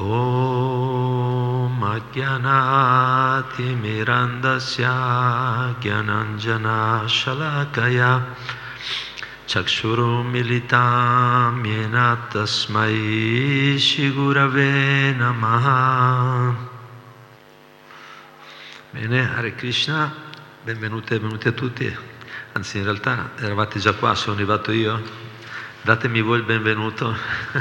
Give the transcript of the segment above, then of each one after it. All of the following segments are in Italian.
Om Ajnanati Mirandasya Gyananjana Shalakaya Chakshuru Militam Yena Tasmai Shigurave Namaha. Bene, Hare Krishna, benvenute e benvenuti a tutti. Anzi, in realtà eravate già qua, sono arrivato io. Datemi voi il benvenuto.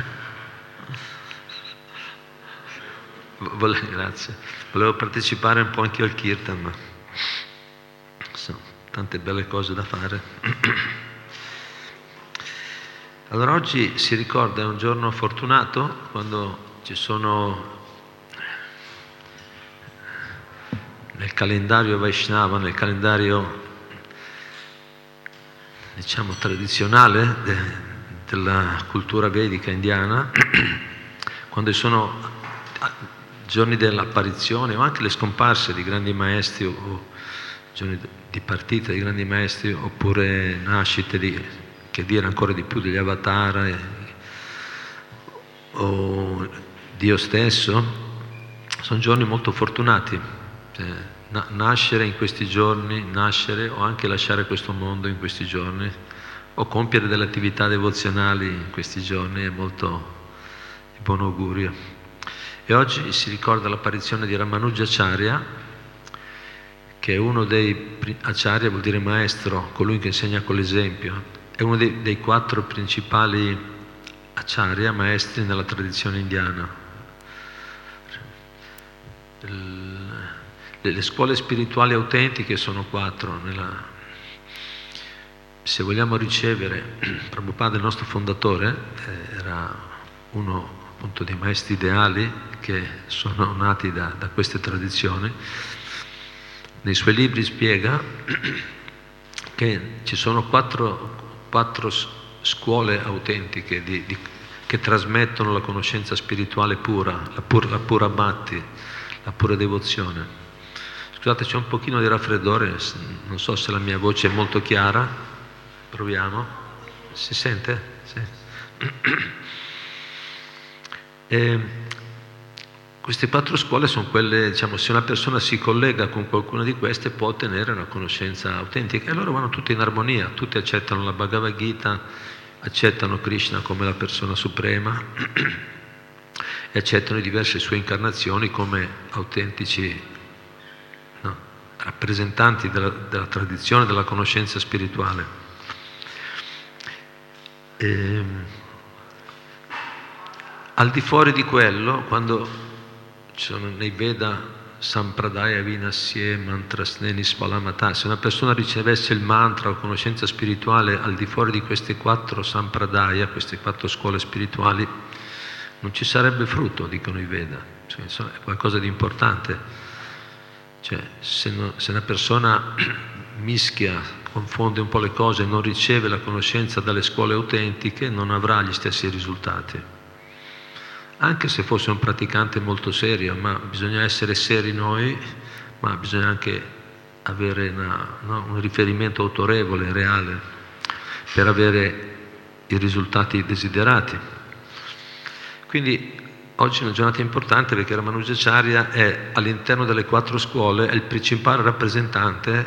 Grazie. Volevo partecipare un po' anche io al Kirtan, ma sono tante belle cose da fare. Allora, oggi si ricorda, è un giorno fortunato quando ci sono nel calendario Vaishnava, nel calendario diciamo tradizionale della cultura vedica indiana, quando sono giorni dell'apparizione o anche le scomparse di grandi maestri o giorni di partita di grandi maestri oppure nascite che dire ancora di più degli avatar o Dio stesso, sono giorni molto fortunati. Nascere in questi giorni, nascere o anche lasciare questo mondo in questi giorni o compiere delle attività devozionali in questi giorni è molto di buon augurio. E oggi si ricorda l'apparizione di Ramanujacharya, che è uno dei acharya, vuol dire maestro, colui che insegna con l'esempio, è uno dei 4 principali acharya, maestri nella tradizione indiana. Le scuole spirituali autentiche sono 4. Se vogliamo ricevere Prabhupada, il nostro fondatore, era uno appunto dei maestri ideali che sono nati da queste tradizioni. Nei suoi libri spiega che ci sono 4 scuole autentiche che trasmettono la conoscenza spirituale pura, la pura bhakti, la pura devozione. Scusate, c'è un pochino di raffreddore, non so se la mia voce è molto chiara, proviamo. Si sente? Sì. Queste 4 scuole sono quelle, diciamo, se una persona si collega con qualcuna di queste può ottenere una conoscenza autentica e loro vanno tutte in armonia, tutti accettano la Bhagavad Gita, accettano Krishna come la persona suprema e accettano diverse sue incarnazioni come autentici rappresentanti della tradizione, della conoscenza spirituale. Al di fuori di quello, quando ci sono nei Veda Sampradaya Vinasye Mantrasne Nispalamata, se una persona ricevesse il mantra o conoscenza spirituale al di fuori di queste 4 Sampradaya, queste 4 scuole spirituali, non ci sarebbe frutto, dicono i Veda. Cioè, insomma, è qualcosa di importante. Cioè, se una persona mischia, confonde un po' le cose e non riceve la conoscenza dalle scuole autentiche, non avrà gli stessi risultati. Anche se fosse un praticante molto serio, ma bisogna essere seri noi, ma bisogna anche avere un riferimento autorevole, reale, per avere i risultati desiderati. Quindi oggi è una giornata importante perché Ramanujacharya è all'interno delle 4 scuole, è il principale rappresentante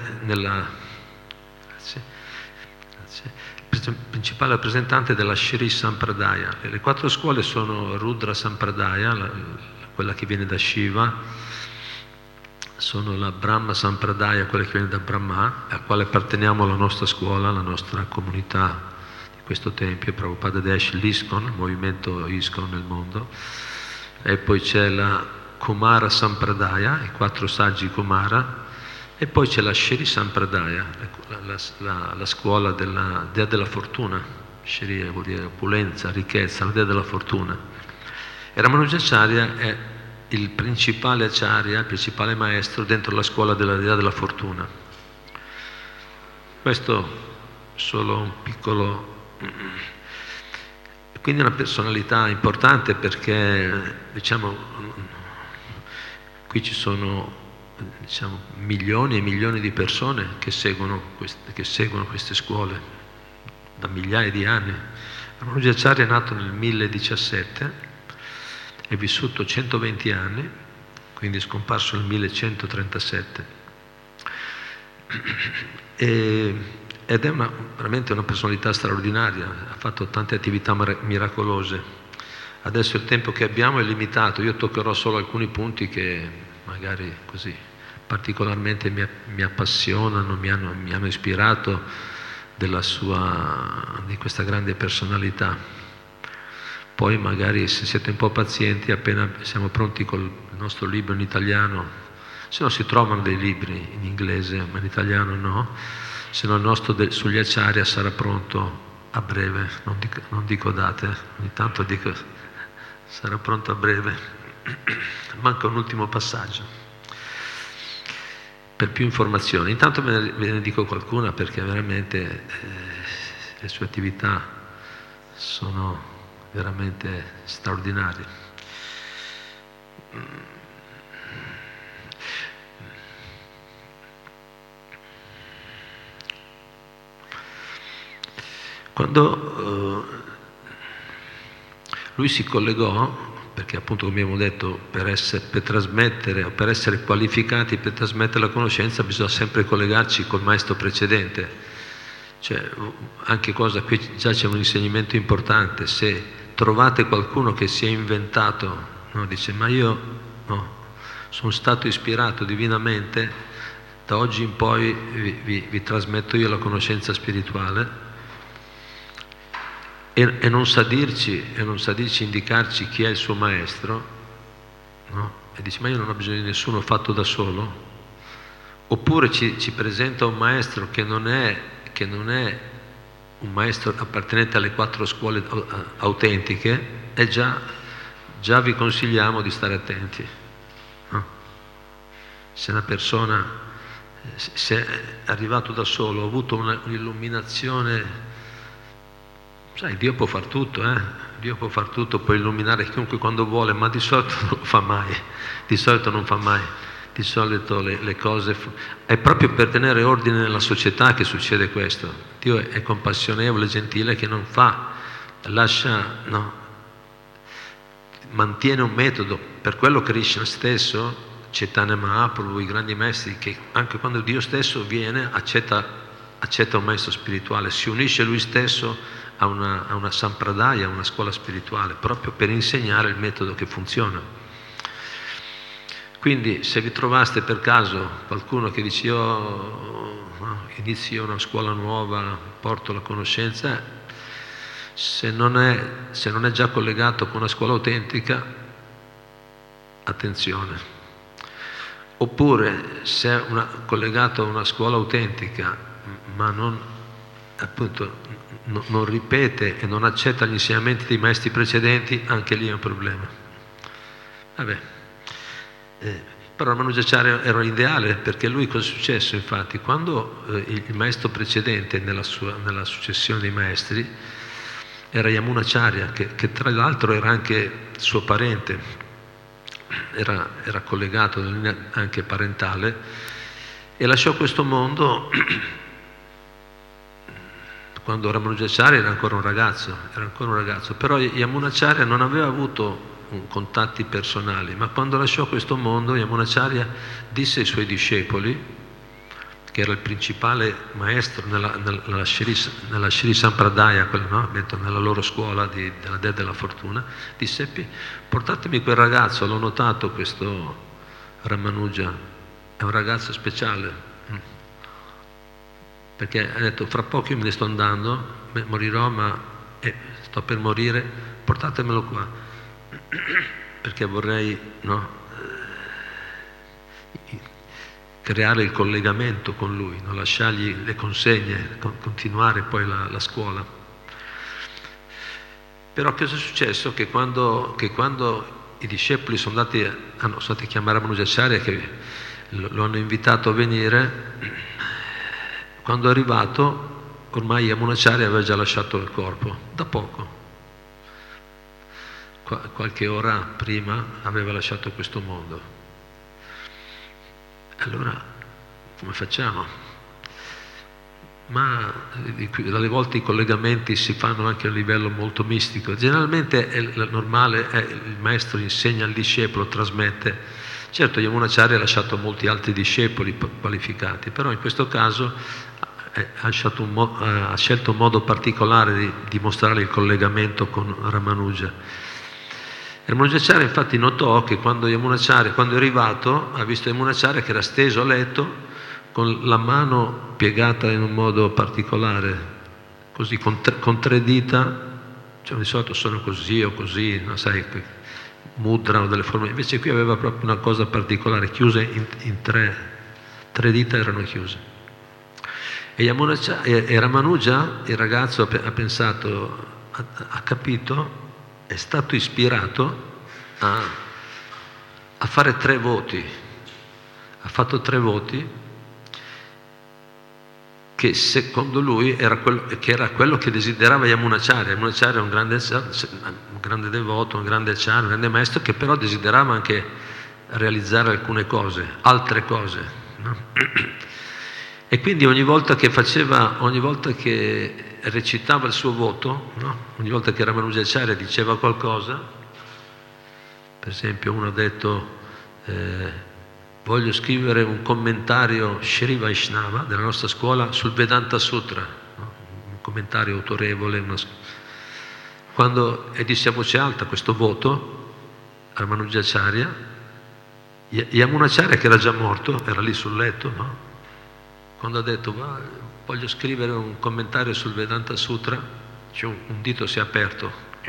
principale rappresentante della Shri Sampradaya. Le 4 scuole sono Rudra Sampradaya, quella che viene da Shiva, sono la Brahma Sampradaya, quella che viene da Brahma, al quale apparteniamo la nostra scuola, la nostra comunità di questo tempio, Prabhupada Desh, l'ISKCON, il movimento ISKCON nel mondo. E poi c'è la Kumara Sampradaya, i 4 saggi Kumara, e poi c'è la Shri Sampradaya, la scuola della dea della fortuna. Shri vuol dire opulenza, ricchezza, la dea della fortuna. E Ramanujacharya è il principale acharya, il principale maestro dentro la scuola della dea della fortuna. Questo solo un piccolo... Quindi è una personalità importante perché, diciamo, qui ci sono milioni e milioni di persone che seguono queste scuole da migliaia di anni. Ramanujacharya è nato nel 1017 è vissuto 120 anni, quindi è scomparso nel 1137, ed è veramente una personalità straordinaria, ha fatto tante attività miracolose. Adesso il tempo che abbiamo è limitato, io toccherò solo alcuni punti che magari così particolarmente mi appassionano, mi hanno ispirato di questa grande personalità. Poi magari, se siete un po' pazienti, appena siamo pronti col nostro libro in italiano, se no si trovano dei libri in inglese, ma in italiano no, se no il nostro sugli Acharya sarà pronto a breve, non dico date, ogni tanto dico sarà pronto a breve. Manca un ultimo passaggio per più informazioni. Intanto ve ne dico qualcuna, perché veramente le sue attività sono veramente straordinarie. Quando lui si collegò, perché appunto, come abbiamo detto, per essere qualificati per trasmettere la conoscenza bisogna sempre collegarci col maestro precedente. Cioè, anche qui già c'è un insegnamento importante: se trovate qualcuno che si è inventato, no, dice ma io no, sono stato ispirato divinamente, da oggi in poi vi trasmetto io la conoscenza spirituale, e non sa dirci, indicarci chi è il suo maestro, no? E dice ma io non ho bisogno di nessuno, fatto da solo. Oppure ci presenta un maestro che non è un maestro appartenente alle 4 scuole autentiche, e già vi consigliamo di stare attenti, no? Se una persona è arrivato da solo, ha avuto un'illuminazione. Sai, Dio può far tutto, Dio può far tutto, può illuminare chiunque quando vuole, ma di solito non lo fa mai, di solito non fa mai, di solito le cose... È proprio per tenere ordine nella società che succede questo. Dio è compassionevole, gentile, che non fa, lascia, no, mantiene un metodo. Per quello Krishna stesso, Chaitanya Mahaprabhu, i grandi maestri, che anche quando Dio stesso viene, accetta un maestro spirituale, si unisce lui stesso a una sampradaya, a una scuola spirituale, proprio per insegnare il metodo che funziona. Quindi se vi trovaste per caso qualcuno che dice io inizio una scuola nuova, porto la conoscenza, se non è già collegato con una scuola autentica, attenzione. Oppure se è collegato a una scuola autentica ma non ripete e non accetta gli insegnamenti dei maestri precedenti, anche lì è un problema. Vabbè. Però Ramanujacharya era l'ideale, perché lui cosa è successo? Infatti, quando il maestro precedente nella successione dei maestri era Yamunacharya, che tra l'altro era anche suo parente, era collegato nella linea anche parentale, e lasciò questo mondo quando Ramanujacharya era ancora un ragazzo, però Yamunacharya non aveva avuto contatti personali, ma quando lasciò questo mondo Yamunacharya disse ai suoi discepoli, che era il principale maestro nella Shri Sampradaya, no? Nella loro scuola della Dea della Fortuna, disse portatemi quel ragazzo, l'ho notato questo Ramanuja, è un ragazzo speciale, perché ha detto fra poco io me ne sto andando, morirò, ma sto per morire, portatemelo qua, perché vorrei, no, creare il collegamento con lui, non lasciargli le consegne, continuare poi la scuola. Però cosa è successo? Che quando i discepoli hanno stati a chiamare Ramanujacharya, che lo hanno invitato a venire, quando è arrivato ormai Yamunacharya aveva già lasciato il corpo, da poco, qualche ora prima aveva lasciato questo mondo. Allora come facciamo? ma alle volte i collegamenti si fanno anche a livello molto mistico. Generalmente normale è il maestro insegna al discepolo, trasmette. Certo, Yamunacharya ha lasciato molti altri discepoli qualificati, però in questo caso ha scelto un modo particolare di mostrare il collegamento con Ramanuja. Ramanujacharya infatti notò che quando è arrivato, ha visto Yamunacharya che era steso a letto con la mano piegata in un modo particolare, così con tre dita, cioè di solito sono così o così, no? Sai, mudra o delle forme, invece qui aveva proprio una cosa particolare, chiuse in tre dita erano chiuse. E Ramanuja, il ragazzo, ha pensato, ha capito, è stato ispirato a fare 3 voti. Ha fatto 3 voti che secondo lui era quello che desiderava Yamunacharya. Yamunacharya è un grande devoto, un grande acharya, un grande maestro, che però desiderava anche realizzare alcune cose, altre cose, no? E quindi ogni volta che recitava il suo voto, no? Ogni volta che Ramanujacharya diceva qualcosa, per esempio uno ha detto voglio scrivere un commentario Sri Vaishnava della nostra scuola sul Vedanta Sutra, no? Un commentario autorevole, quando disse a voce alta questo voto, Ramanujacharya, Yamunacharya, che era già morto, era lì sul letto, no? Quando ha detto voglio scrivere un commentario sul Vedanta Sutra, un dito si è aperto,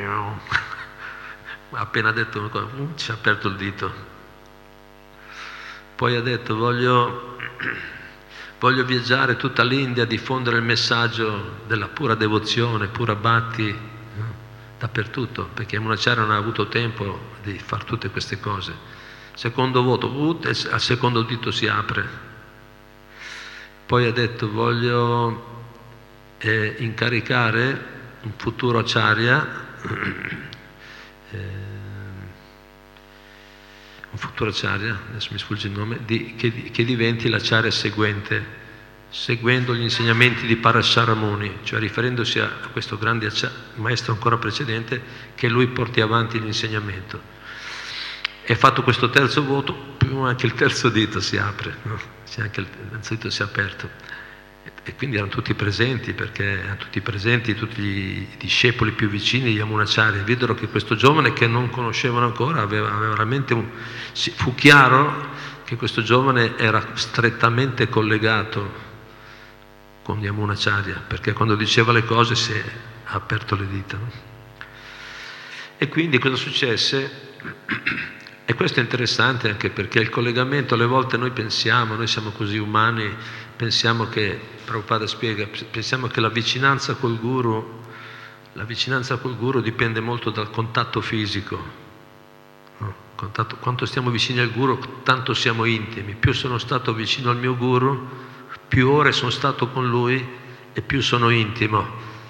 appena detto una cosa, si è aperto il dito. Poi ha detto voglio viaggiare tutta l'India, diffondere il messaggio della pura devozione, pura bhakti, no? Dappertutto, perché Yamunacharya non ha avuto tempo di fare tutte queste cose. Secondo voto, al secondo dito si apre. Poi ha detto voglio incaricare un futuro acharya, adesso mi sfugge il nome, che diventi l'acharya seguente, seguendo gli insegnamenti di Parasharamuni, cioè riferendosi a questo grande maestro ancora precedente, che lui porti avanti l'insegnamento. E fatto questo terzo voto, più anche il terzo dito si apre, no? Anche il terzo dito si è aperto. E quindi erano tutti presenti, perché erano tutti presenti, tutti i discepoli più vicini di Yamunacharya. Videro che questo giovane, che non conoscevano ancora, aveva veramente fu chiaro che questo giovane era strettamente collegato con Yamunacharya, perché quando diceva le cose si è aperto le dita, no? E quindi cosa successe? E questo è interessante anche perché il collegamento, alle volte noi siamo così umani, pensiamo che, Prabhupada spiega, pensiamo che la vicinanza col guru dipende molto dal contatto fisico, no? Quanto stiamo vicini al guru, tanto siamo intimi. Più sono stato vicino al mio guru, più ore sono stato con lui e più sono intimo.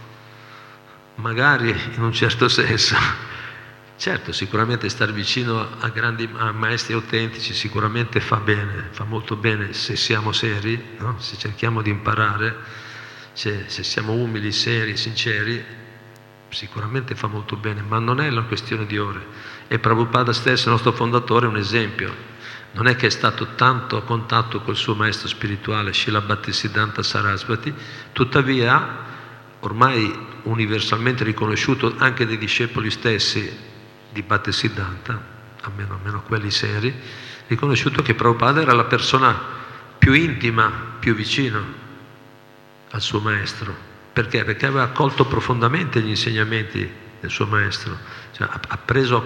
Magari in un certo senso. Certo, sicuramente stare vicino a maestri autentici sicuramente fa bene, fa molto bene se siamo seri, no? Se cerchiamo di imparare, se siamo umili, seri, sinceri, sicuramente fa molto bene, ma non è una questione di ore. E Prabhupada stesso, il nostro fondatore, è un esempio. Non è che è stato tanto a contatto col suo maestro spirituale, Srila Bhaktisiddhanta Sarasvati, tuttavia ormai universalmente riconosciuto anche dai discepoli stessi di Bhaktisiddhanta, almeno quelli seri, riconosciuto che Prabhupada era la persona più intima, più vicino al suo maestro. Perché? Perché aveva accolto profondamente gli insegnamenti del suo maestro, cioè, ha preso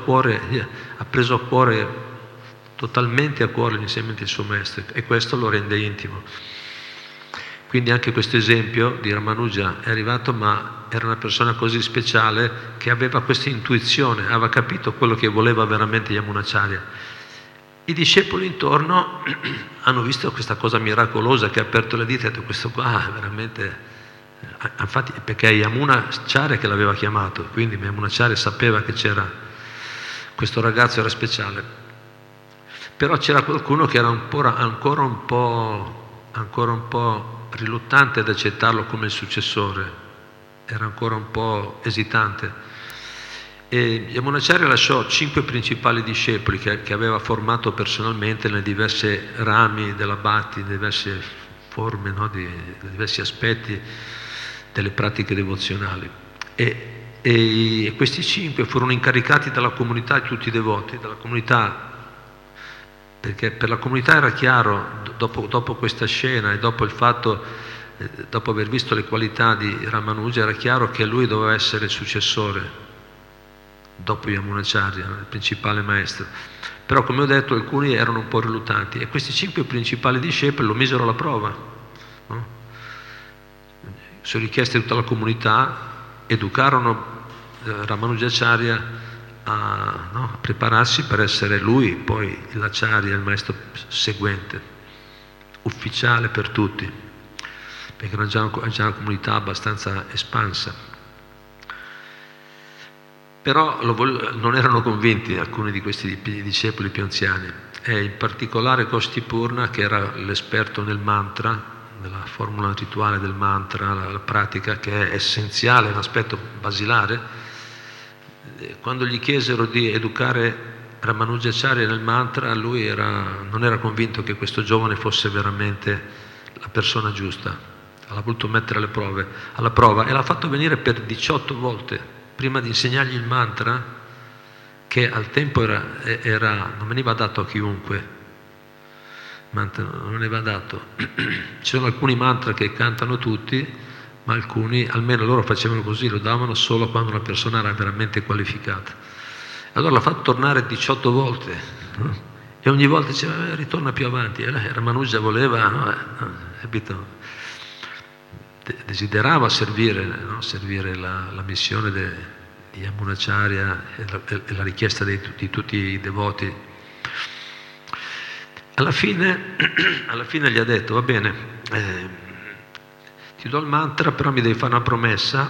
totalmente a cuore gli insegnamenti del suo maestro, e questo lo rende intimo. Quindi anche questo esempio di Ramanuja è arrivato, ma era una persona così speciale che aveva questa intuizione, aveva capito quello che voleva veramente Yamunacharya. I discepoli intorno hanno visto questa cosa miracolosa che ha aperto le dita e ha detto questo qua è veramente... Infatti perché è Yamunacharya che l'aveva chiamato, quindi Yamunacharya sapeva che c'era questo ragazzo, era speciale. Però c'era qualcuno che era ancora un po' riluttante ad accettarlo come il successore, era ancora un po' esitante. E Yamunacharya lasciò 5 principali discepoli che aveva formato personalmente nei diversi rami della Bhakti, nelle diverse forme, no, di diversi aspetti delle pratiche devozionali. E questi 5 furono incaricati dalla comunità di tutti i devoti, dalla comunità, perché per la comunità era chiaro, dopo questa scena e dopo il fatto, dopo aver visto le qualità di Ramanuja, era chiaro che lui doveva essere il successore dopo Yamunacharya, il principale maestro. Però, come ho detto, alcuni erano un po' riluttanti e questi 5 principali discepoli lo misero alla prova, no? Su richiesta di tutta la comunità educarono Ramanujacharya a prepararsi per essere lui poi l'acharya, il maestro seguente, ufficiale per tutti, perché era già una comunità abbastanza espansa. Però non erano convinti alcuni di questi discepoli più anziani, e in particolare Gostipurna, che era l'esperto nel mantra, nella formula rituale del mantra, la pratica che è essenziale, un aspetto basilare. Quando gli chiesero di educare Ramanujacharya nel mantra, lui non era convinto che questo giovane fosse veramente la persona giusta. L'ha voluto mettere alla prova e l'ha fatto venire per 18 volte prima di insegnargli il mantra, che al tempo non veniva dato a chiunque. Non veniva dato. Ci sono alcuni mantra che cantano tutti, ma alcuni, almeno loro facevano così, lo davano solo quando una persona era veramente qualificata. Allora l'ha fatto tornare 18 volte, no? E ogni volta diceva ritorna più avanti. E Ramanuja voleva, no? Capito? Desiderava servire, no? Servire la missione di Yamunacharya e la richiesta di tutti i devoti. Alla fine gli ha detto: va bene, ti do il mantra, però mi devi fare una promessa.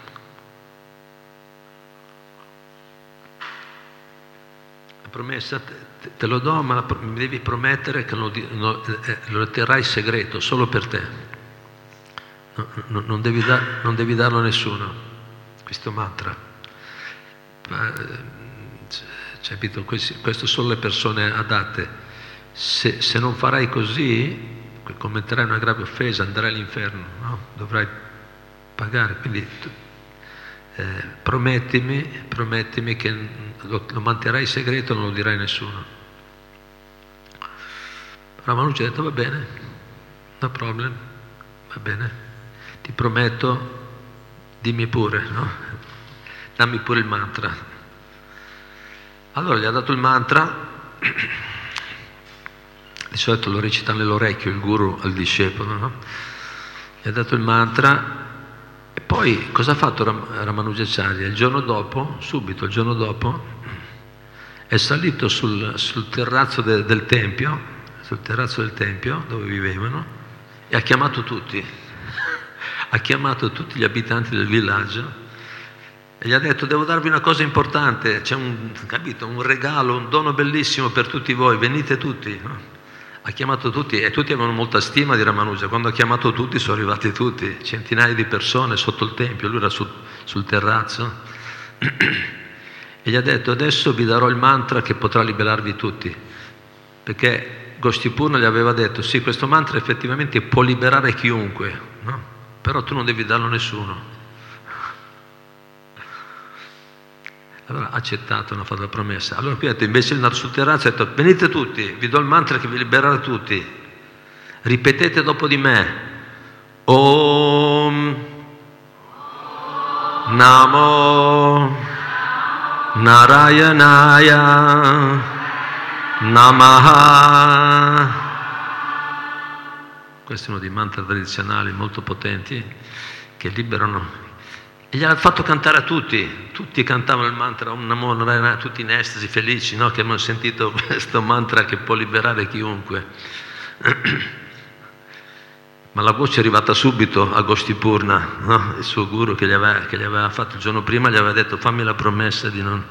La promessa te lo do, ma mi devi promettere che lo terrai segreto solo per te. Non devi darlo a nessuno, questo mantra. Capito? Questo sono le persone adatte. Se non farai così, commetterai una grave offesa, andrai all'inferno, no? Dovrai pagare. Quindi promettimi che lo manterrai segreto e non lo dirai a nessuno. Ramanuja ha detto: va bene, no problem, va bene. Ti prometto, dimmi pure, no? Dammi pure il mantra. Allora gli ha dato il mantra, di solito lo recita nell'orecchio il guru al discepolo, no? Gli ha dato il mantra e poi cosa ha fatto Ramanujacharya? Il giorno dopo, è salito sul terrazzo del tempio, dove vivevano, e ha chiamato tutti. Ha chiamato tutti gli abitanti del villaggio e gli ha detto: devo darvi una cosa importante, c'è un regalo, un dono bellissimo per tutti voi, venite tutti, no? Ha chiamato tutti e tutti avevano molta stima di Ramanuja. Quando ha chiamato tutti sono arrivati tutti, centinaia di persone sotto il tempio, lui era sul terrazzo e gli ha detto: adesso vi darò il mantra che potrà liberarvi tutti, perché Gostipurna gli aveva detto: sì, questo mantra effettivamente può liberare chiunque, no? Però tu non devi darlo a nessuno. Allora ha accettato, non ha fatto la promessa. Allora qui ha detto, invece di andare sul terrazzo, ha detto: venite tutti, vi do il mantra che vi libererà tutti. Ripetete dopo di me: Om Namo Narayanaya Namaha. Questo è uno dei mantra tradizionali molto potenti che liberano. E gli ha fatto cantare a tutti cantavano il mantra Om Namo Narayana, tutti in estasi, felici, no? Che hanno sentito questo mantra che può liberare chiunque. Ma la voce è arrivata subito a Gostipurna, no? Il suo guru che gli aveva fatto il giorno prima, gli aveva detto: fammi la promessa di non...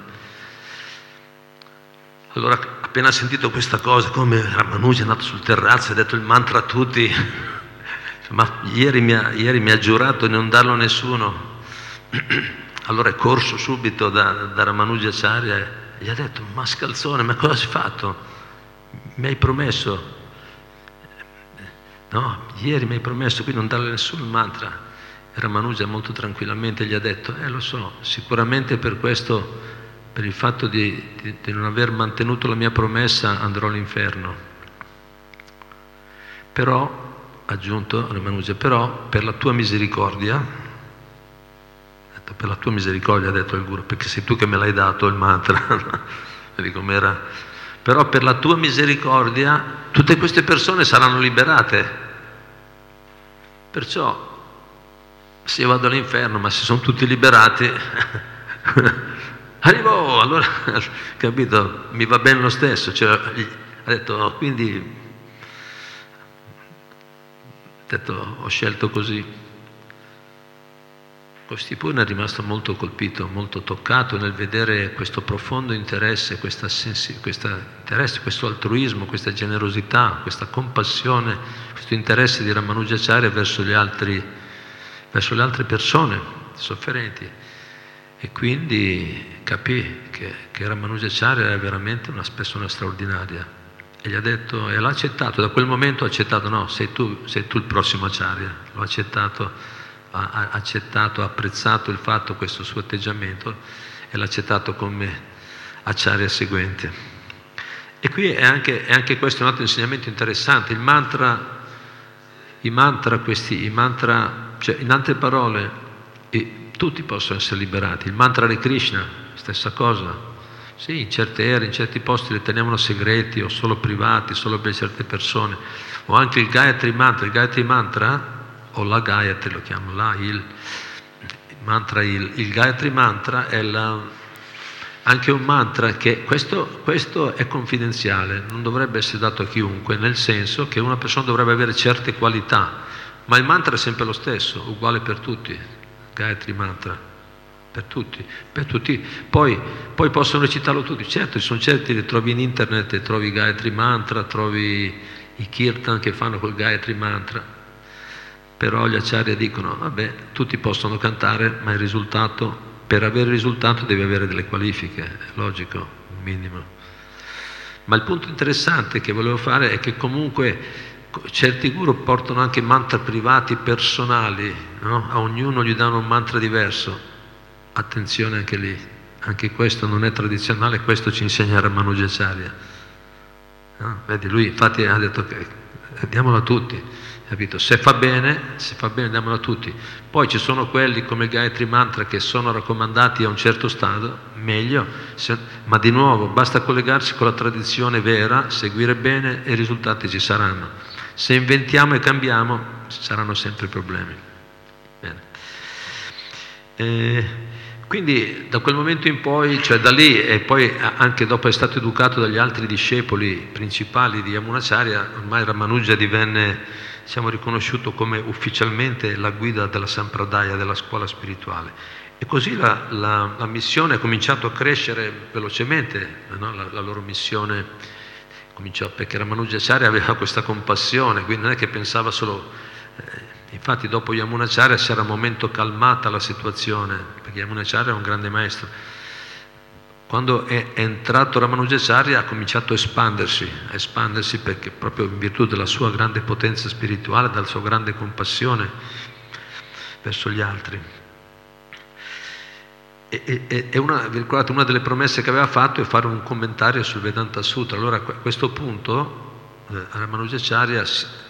Allora, appena ha sentito questa cosa, come Ramanuja è andato sul terrazzo e ha detto il mantra a tutti, ma ieri mi ha giurato di non darlo a nessuno. Allora è corso subito da Ramanujacharya e gli ha detto: ma scalzone, ma cosa hai fatto? Mi hai promesso, no, ieri mi hai promesso qui non darle a nessuno il mantra. E Ramanuja molto tranquillamente gli ha detto: lo so, sicuramente per questo, per il fatto di non aver mantenuto la mia promessa, andrò all'inferno. Però, ha aggiunto Ramanuja, però per la tua misericordia, per la tua misericordia, ha detto il guru, perché sei tu che me l'hai dato il mantra. Vedi com'era? Però per la tua misericordia tutte queste persone saranno liberate. Perciò se io vado all'inferno, ma se sono tutti liberati, arrivo, allora, capito, mi va bene lo stesso. Cioè, ha detto, quindi, ho scelto così. Costipurna è rimasto molto colpito, molto toccato nel vedere questo profondo interesse, questo interesse, questo altruismo, questa generosità, questa compassione, questo interesse di Ramanujacharya verso le altre persone sofferenti. E quindi capì che Ramanujacharya era veramente una persona straordinaria. E gli ha detto, e l'ha accettato, da quel momento ha accettato: no, sei tu il prossimo acharya. L'ho accettato. Ha accettato, ha apprezzato il fatto, questo suo atteggiamento, e l'ha accettato come acharya seguente. E qui è anche questo un altro insegnamento interessante. I mantra, cioè in altre parole, tutti possono essere liberati. Il mantra Hare Krishna, stessa cosa. Sì, in certe ere, in certi posti li tenevano segreti o solo privati, solo per certe persone. O anche il Gayatri Mantra, o la Gayatri lo chiamo, il Gayatri Mantra è anche un mantra che questo è confidenziale, non dovrebbe essere dato a chiunque, nel senso che una persona dovrebbe avere certe qualità, ma il mantra è sempre lo stesso, uguale per tutti. Gayatri Mantra per tutti. Poi possono recitarlo tutti. Certo, ci sono certi, li trovi in internet, trovi Gayatri Mantra, trovi i kirtan che fanno col Gayatri Mantra. Però gli acharya dicono: vabbè, tutti possono cantare, ma per avere il risultato devi avere delle qualifiche, è logico, un minimo. Ma il punto interessante che volevo fare è che comunque certi guru portano anche mantra privati, personali, no? A ognuno gli danno un mantra diverso. Attenzione anche lì, anche questo non è tradizionale, questo ci insegna Ramanujacharya. No? Vedi, lui infatti ha detto che diamolo a tutti. Capito? Se fa bene, diamolo a tutti. Poi ci sono quelli come il Gayatri Mantra che sono raccomandati a un certo stato, meglio, ma di nuovo basta collegarsi con la tradizione vera, seguire bene e i risultati ci saranno. Se inventiamo e cambiamo, ci saranno sempre problemi. Bene. Quindi da quel momento in poi, cioè da lì, e poi anche dopo è stato educato dagli altri discepoli principali di Yamunacharya, ormai Ramanuja divenne, riconosciuto come ufficialmente la guida della Sampradaya, della scuola spirituale. E così la missione ha cominciato a crescere velocemente, no? La loro missione cominciò, perché Ramanujacharya aveva questa compassione, quindi non è che pensava solo... infatti dopo Yamunacharya si era un momento calmata la situazione, perché Yamunacharya è un grande maestro. Quando è entrato Ramanujacharya ha cominciato a espandersi perché proprio in virtù della sua grande potenza spirituale, dalla sua grande compassione verso gli altri. E una delle promesse che aveva fatto è fare un commentario sul Vedanta Sutra. Allora a questo punto Ramanujacharya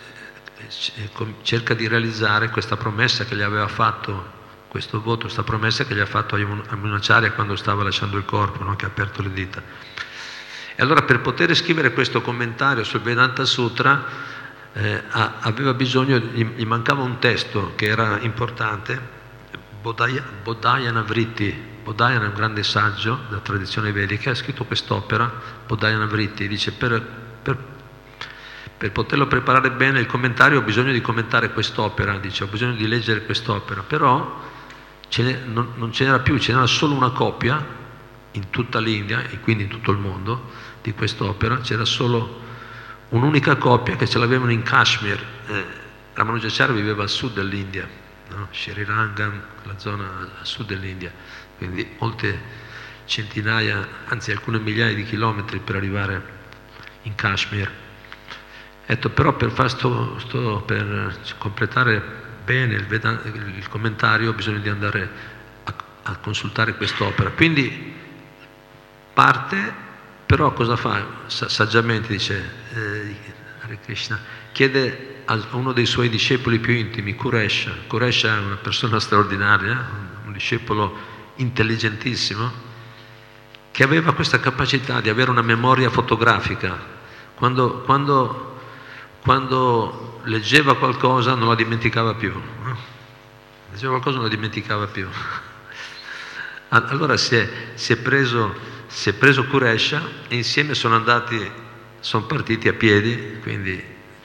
cerca di realizzare questa promessa che gli aveva fatto, questo voto, questa promessa che gli ha fatto a Yamunacharya quando stava lasciando il corpo, no? Che ha aperto le dita. E allora per poter scrivere questo commentario sul Vedanta Sutra aveva bisogno, gli mancava un testo che era importante, Bodhayana Vritti. Bodhayana è un grande saggio della tradizione vedica, ha scritto quest'opera, Bodhayana Vritti, dice per poterlo preparare bene il commentario ho bisogno di commentare quest'opera, dice, ho bisogno di leggere quest'opera, però non ce n'era più, ce n'era solo una copia in tutta l'India e quindi in tutto il mondo di quest'opera, c'era solo un'unica copia che ce l'avevano in Kashmir. Ramanujacharya viveva al sud dell'India, no? Srirangam, la zona a sud dell'India, quindi molte centinaia, anzi alcune migliaia di chilometri per arrivare in Kashmir. Però per completare bene il commentario bisogna di andare a consultare quest'opera. Quindi parte, però cosa fa? Saggiamente dice Hare Krishna, chiede a uno dei suoi discepoli più intimi, Kuresha. Kuresha è una persona straordinaria, un discepolo intelligentissimo, che aveva questa capacità di avere una memoria fotografica. Quando leggeva qualcosa non la dimenticava più. Leggeva qualcosa non la dimenticava più. Allora si è preso Kuresha e insieme sono partiti a piedi, quindi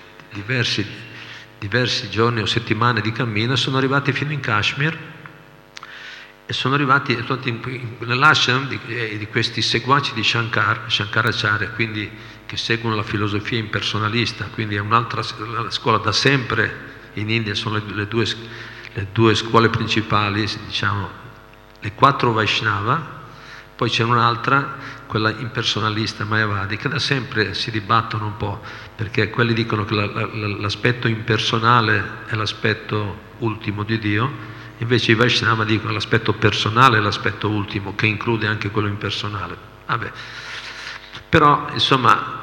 diversi giorni o settimane di cammino, e sono arrivati fino in Kashmir e sono arrivati nell'ashram di questi seguaci di Shankaracharya, quindi che seguono la filosofia impersonalista, quindi è un'altra scuola. Da sempre in India sono le due scuole principali, diciamo, le 4 Vaishnava, poi c'è un'altra, quella impersonalista, Mayavadi, che da sempre si dibattono un po', perché quelli dicono che l'aspetto impersonale è l'aspetto ultimo di Dio, invece i Vaishnava dicono che l'aspetto personale è l'aspetto ultimo, che include anche quello impersonale. Vabbè. Però, insomma,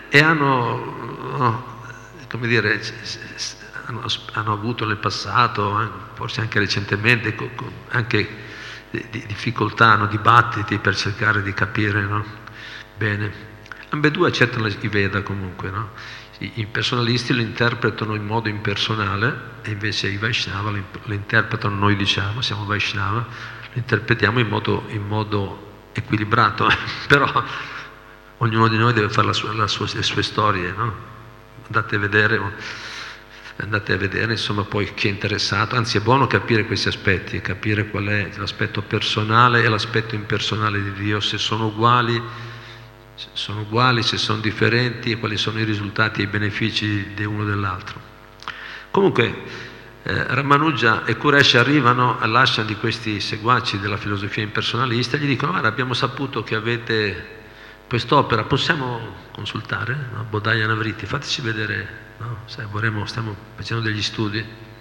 come dire, hanno avuto nel passato, forse anche recentemente, anche difficoltà, dibattiti per cercare di capire, no? Bene. Ambedue accettano i Veda comunque, no? I impersonalisti lo interpretano in modo impersonale e invece i Vaishnava lo interpretano, noi diciamo, siamo Vaishnava, lo interpretiamo in modo equilibrato, però ognuno di noi deve fare le sue storie, no? Andate a vedere, insomma, poi chi è interessato, anzi è buono capire questi aspetti, capire qual è l'aspetto personale e l'aspetto impersonale di Dio, se sono uguali, se sono differenti, e quali sono i risultati e i benefici di uno dell'altro. Comunque Ramanuja e Kuresha arrivano all'ashram di questi seguaci della filosofia impersonalista e gli dicono: guarda, abbiamo saputo che avete quest'opera, possiamo consultare? No? Bodhayana Vritti, fateci vedere, no? Stiamo facendo degli studi.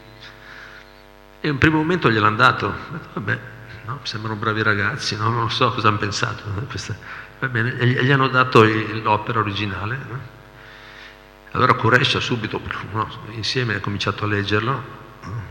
E in un primo momento gliel'hanno dato, vabbè, no? Sembrano bravi ragazzi, no? Non so cosa hanno pensato, no? Va bene, e gli hanno dato l'opera originale, no? Allora Kuresha subito, no? Insieme ha cominciato a leggerlo, no?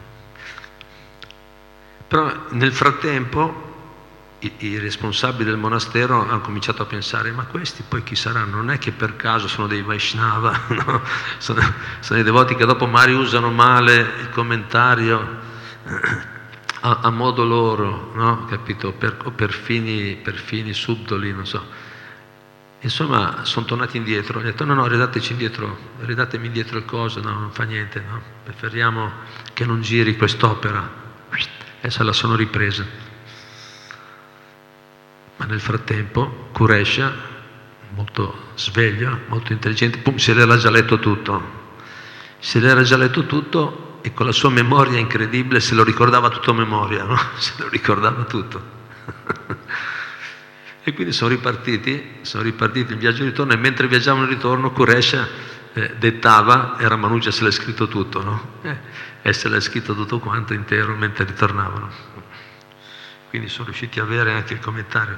Però nel frattempo i responsabili del monastero hanno cominciato a pensare: ma questi poi chi saranno? Non è che per caso sono dei Vaishnava, no? sono dei devoti che dopo magari usano male il commentario a modo loro, no? Capito? Per fini subdoli, non so. Insomma, sono tornati indietro, hanno detto: no, ridatemi indietro il coso, no, non fa niente, no? Preferiamo che non giri quest'opera. E se la sono ripresa. Ma nel frattempo Kuresha, molto sveglio, molto intelligente, se l'era già letto tutto e con la sua memoria incredibile se lo ricordava tutto a memoria, no? Se lo ricordava tutto. E quindi sono ripartiti in viaggio di ritorno, e mentre viaggiavano in ritorno Kuresha dettava e Ramanuja se l'è scritto tutto, no? E se l'è scritto tutto quanto intero mentre ritornavano. Quindi sono riusciti a avere anche il commentario.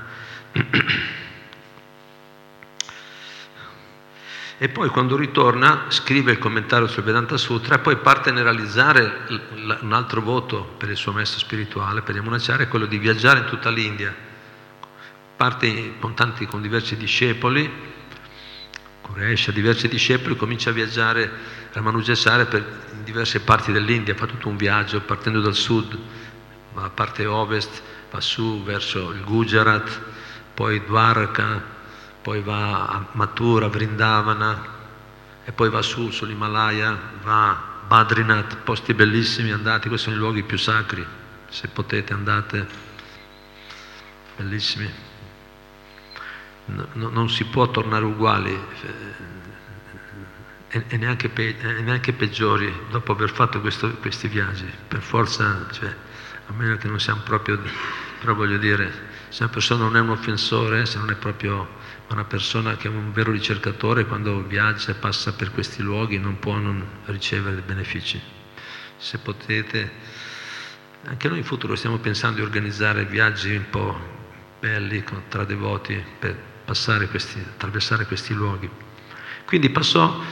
E poi quando ritorna scrive il commentario sul Vedanta Sutra e poi parte a realizzare un altro voto per il suo maestro spirituale, per Yamunacharya, è quello di viaggiare in tutta l'India. Parte con diversi discepoli, Kuresha, diversi discepoli, comincia a viaggiare Ramanujacharya in diverse parti dell'India, fa tutto un viaggio partendo dal sud, va a parte ovest, va su verso il Gujarat, poi Dwarka, poi va a Mathura, Vrindavana, e poi va sull'Himalaya, va a Badrinath, posti bellissimi, andate, questi sono i luoghi più sacri, se potete andate, bellissimi. Non si può tornare uguali, e neanche peggiori dopo aver fatto questi viaggi. Per forza, cioè, a meno che non siamo proprio, però voglio dire, se una persona non è un offensore, se non è proprio una persona che è un vero ricercatore, quando viaggia e passa per questi luoghi non può non ricevere benefici. Se potete, anche noi in futuro stiamo pensando di organizzare viaggi un po' belli tra devoti per attraversare questi luoghi. Quindi passò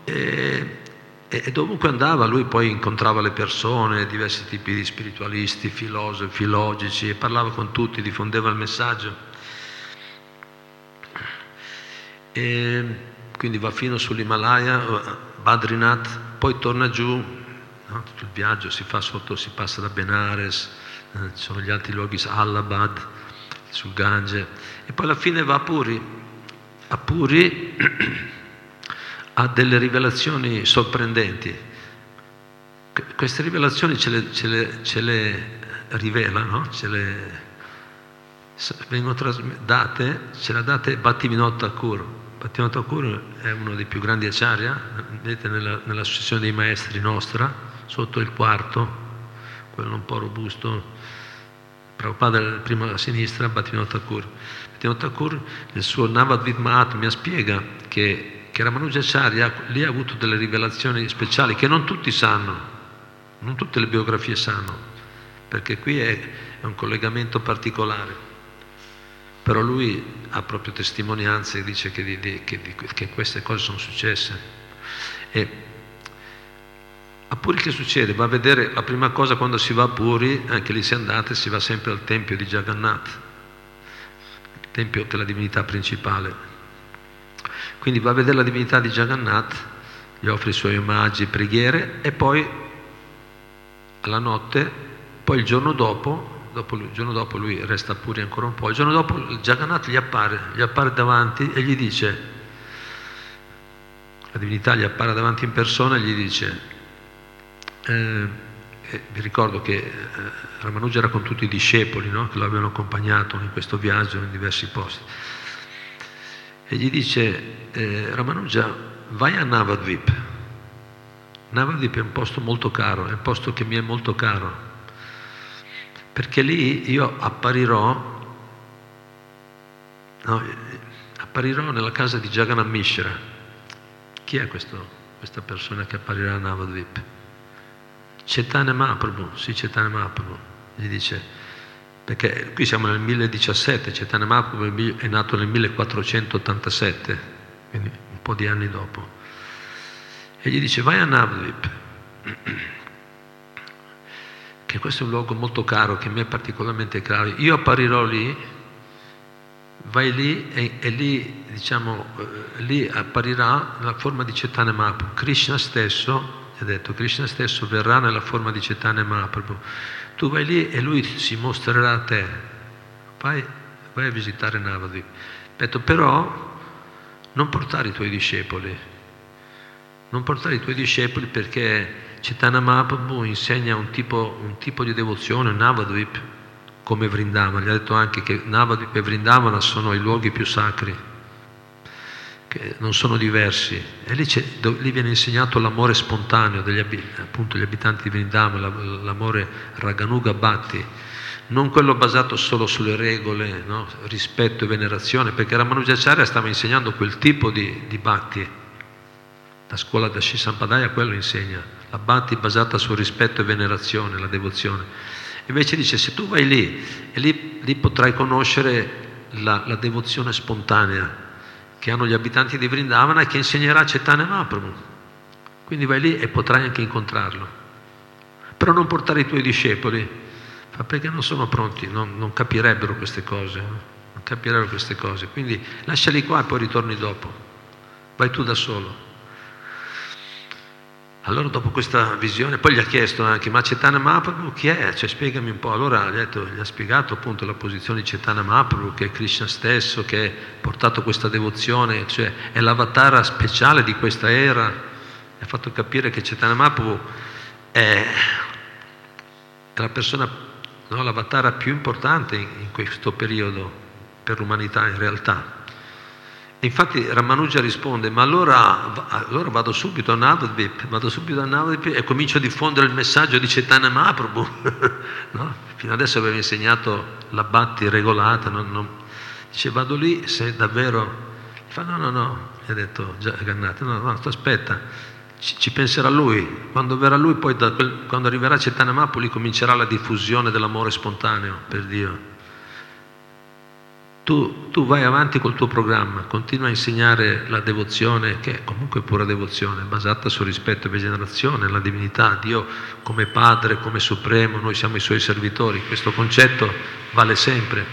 e dovunque andava lui poi incontrava le persone, diversi tipi di spiritualisti, filosofi, logici, e parlava con tutti, diffondeva il messaggio. E quindi va fino sull'Himalaya, Badrinath, poi torna giù, no? Tutto il viaggio si fa si passa da Benares, ci sono gli altri luoghi, Allahabad, sul Gange, e poi alla fine va a Puri. A Puri ha delle rivelazioni sorprendenti. Queste rivelazioni ce le rivela, no? Vengono date, ce l'ha date Bhaktivinoda Thakur. Bhaktivinoda Thakur è uno dei più grandi acharya, vedete nell'associazione dei maestri nostra, sotto il quarto, quello un po' robusto, Prabhupada il primo a sinistra, Bhaktivinoda Thakur. Bhaktivinoda Thakur nel suo Navadvip Mahatmya spiega che Ramanujacharya lì ha avuto delle rivelazioni speciali che non tutti sanno, non tutte le biografie sanno, perché qui è un collegamento particolare. Però lui ha proprio testimonianze e dice che queste cose sono successe. E a Puri che succede? Va a vedere, la prima cosa quando si va a Puri, anche lì si è andate, si va sempre al tempio di Jagannath, il tempio che è la divinità principale. Quindi va a vedere la divinità di Jagannath, gli offre i suoi omaggi, preghiere, e poi alla notte, poi il giorno dopo lui resta a Puri ancora un po', il giorno dopo Jagannath gli appare davanti e gli dice, la divinità gli appare davanti in persona e gli dice, vi ricordo che Ramanuja era con tutti i discepoli, no? Che lo avevano accompagnato in questo viaggio in diversi posti, e gli dice, Ramanuja, vai a Navadvip. Navadvip è un posto molto caro, è un posto che mi è molto caro, perché lì io apparirò nella casa di Jagannath Mishra. Chi è questa persona che apparirà a Navadvip? Chaitanya Mahaprabhu, sì, Chaitanya Mahaprabhu, gli dice, perché qui siamo nel 1017, Chaitanya Mahaprabhu è nato nel 1487, quindi un po' di anni dopo, e gli dice, vai a Navadvip, che questo è un luogo molto caro, che a me è particolarmente caro, io apparirò lì, vai lì e lì, diciamo, lì apparirà nella forma di Chaitanya Mahaprabhu. Krishna stesso, ha detto, Krishna stesso verrà nella forma di Chaitanya Mahaprabhu. Tu vai lì e lui si mostrerà a te. Vai a visitare Navadvip. Ha detto, però non portare i tuoi discepoli. Non portare i tuoi discepoli perché Chaitanya Mahaprabhu insegna un tipo di devozione, Navadvip, come Vrindavana. Gli ha detto anche che Navadvip e Vrindavana sono i luoghi più sacri, che non sono diversi, e lì viene insegnato l'amore spontaneo degli abitanti di Vrindavana, l'amore Raganuga Bhakti, non quello basato solo sulle regole, no? Rispetto e venerazione, perché Ramanujacharya stava insegnando quel tipo di Bhakti, la scuola da Sri Sampadaya quello insegna, la Bhakti basata sul rispetto e venerazione, la devozione. Invece dice, se tu vai lì, e lì potrai conoscere la devozione spontanea che hanno gli abitanti di Vrindavana e che insegnerà Chaitanya Mahaprabhu. Quindi vai lì e potrai anche incontrarlo. Però non portare i tuoi discepoli, perché non sono pronti, non capirebbero queste cose. Non capirebbero queste cose. Quindi lasciali qua e poi ritorni dopo. Vai tu da solo. Allora dopo questa visione, poi gli ha chiesto anche, ma Chaitanya Mahaprabhu chi è? Cioè spiegami un po'. Allora gli ha spiegato appunto la posizione di Chaitanya Mahaprabhu, che è Krishna stesso, che ha portato questa devozione, cioè è l'avatar speciale di questa era. Ha fatto capire che Chaitanya Mahaprabhu è la persona, no, l'avatar più importante in questo periodo per l'umanità in realtà. Infatti Ramanuja risponde, ma allora vado subito a Navadvip e comincio a diffondere il messaggio di Chaitanya Mahaprabhu. No? Fino adesso aveva insegnato la bhakti regolata, dice vado lì se davvero... Fa no, mi ha detto Jagannatha, no, aspetta, ci penserà lui, quando verrà lui poi quando arriverà Chaitanya Mahaprabhu lì comincerà la diffusione dell'amore spontaneo per Dio. Tu vai avanti col tuo programma, continua a insegnare la devozione, che è comunque pura devozione, basata sul rispetto e venerazione, la divinità, Dio come Padre, come Supremo, noi siamo i Suoi servitori, questo concetto vale sempre.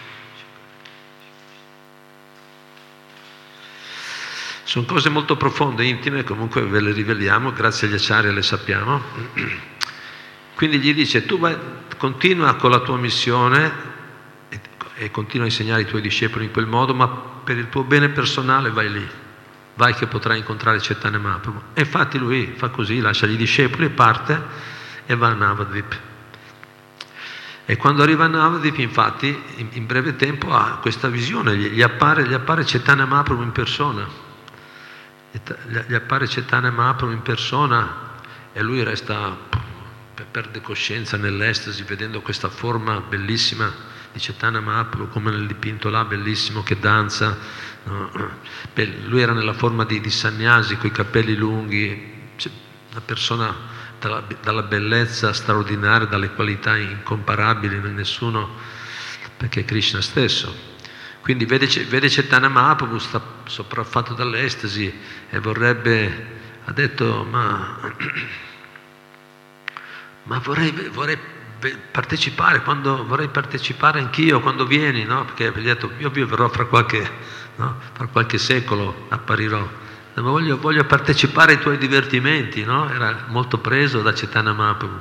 Sono cose molto profonde, intime, comunque ve le riveliamo, grazie agli acciari le sappiamo. Quindi gli dice, continua con la tua missione, e continua a insegnare ai tuoi discepoli in quel modo, ma per il tuo bene personale vai lì, vai che potrai incontrare Chaitanya Mahaprabhu. E infatti lui fa così, lascia gli discepoli, parte e va a Navadvip. E quando arriva a Navadvip, infatti, in breve tempo ha questa visione, gli appare Chaitanya Mahaprabhu in persona. Gli appare Chaitanya Mahaprabhu in persona e lui perde coscienza nell'estasi, vedendo questa forma bellissima di Chaitanya Mahaprabhu, come nel dipinto là, bellissimo, che danza. No? Lui era nella forma di sannyasi, con i capelli lunghi, una persona dalla bellezza straordinaria, dalle qualità incomparabili, nessuno, perché è Krishna stesso. Quindi vede Chaitanya Mahaprabhu, sta sopraffatto dall'estasi e ha detto, ma vorrei partecipare, vorrei partecipare anch'io quando vieni, no? Perché gli ha detto, io verrò fra qualche secolo, apparirò, ma voglio partecipare ai tuoi divertimenti, no? Era molto preso da Chaitanya Mahaprabhu.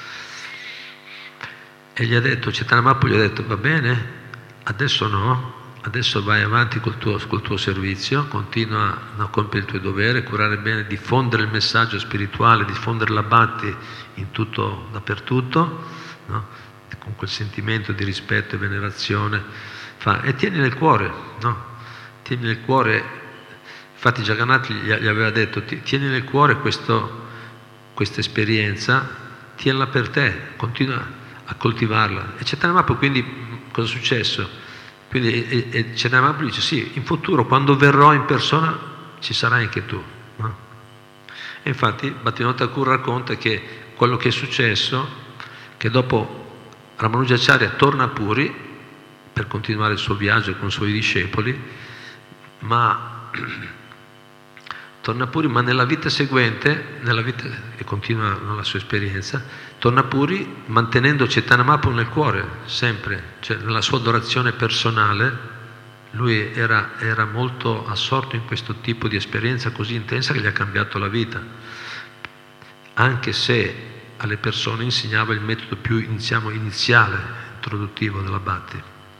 E Chaitanya Mahaprabhu gli ha detto, va bene, adesso no, adesso vai avanti col tuo servizio, continua a compiere il tuo dovere, curare bene, diffondere il messaggio spirituale, diffondere la bhakti in tutto, dappertutto, no? Con quel sentimento di rispetto e venerazione, e tieni nel cuore, no? Tieni nel cuore, infatti Jagannatha gli aveva detto, tieni nel cuore questa esperienza, tienila per te, continua a coltivarla. E Chaitanya Mahaprabhu, quindi cosa è successo? Quindi Chaitanya Mahaprabhu dice, sì, in futuro quando verrò in persona ci sarai anche tu, no? E infatti Bhaktivinoda Thakur racconta che quello che è successo, che dopo Ramanujacharya torna a Puri per continuare il suo viaggio con i suoi discepoli, torna a Puri, ma nella vita seguente, e continua la sua esperienza, torna a Puri mantenendo Chaitanya Mahaprabhu nel cuore, sempre, cioè nella sua adorazione personale. Lui era molto assorto in questo tipo di esperienza così intensa che gli ha cambiato la vita, anche se alle persone insegnava il metodo più iniziale, introduttivo della Bhakti.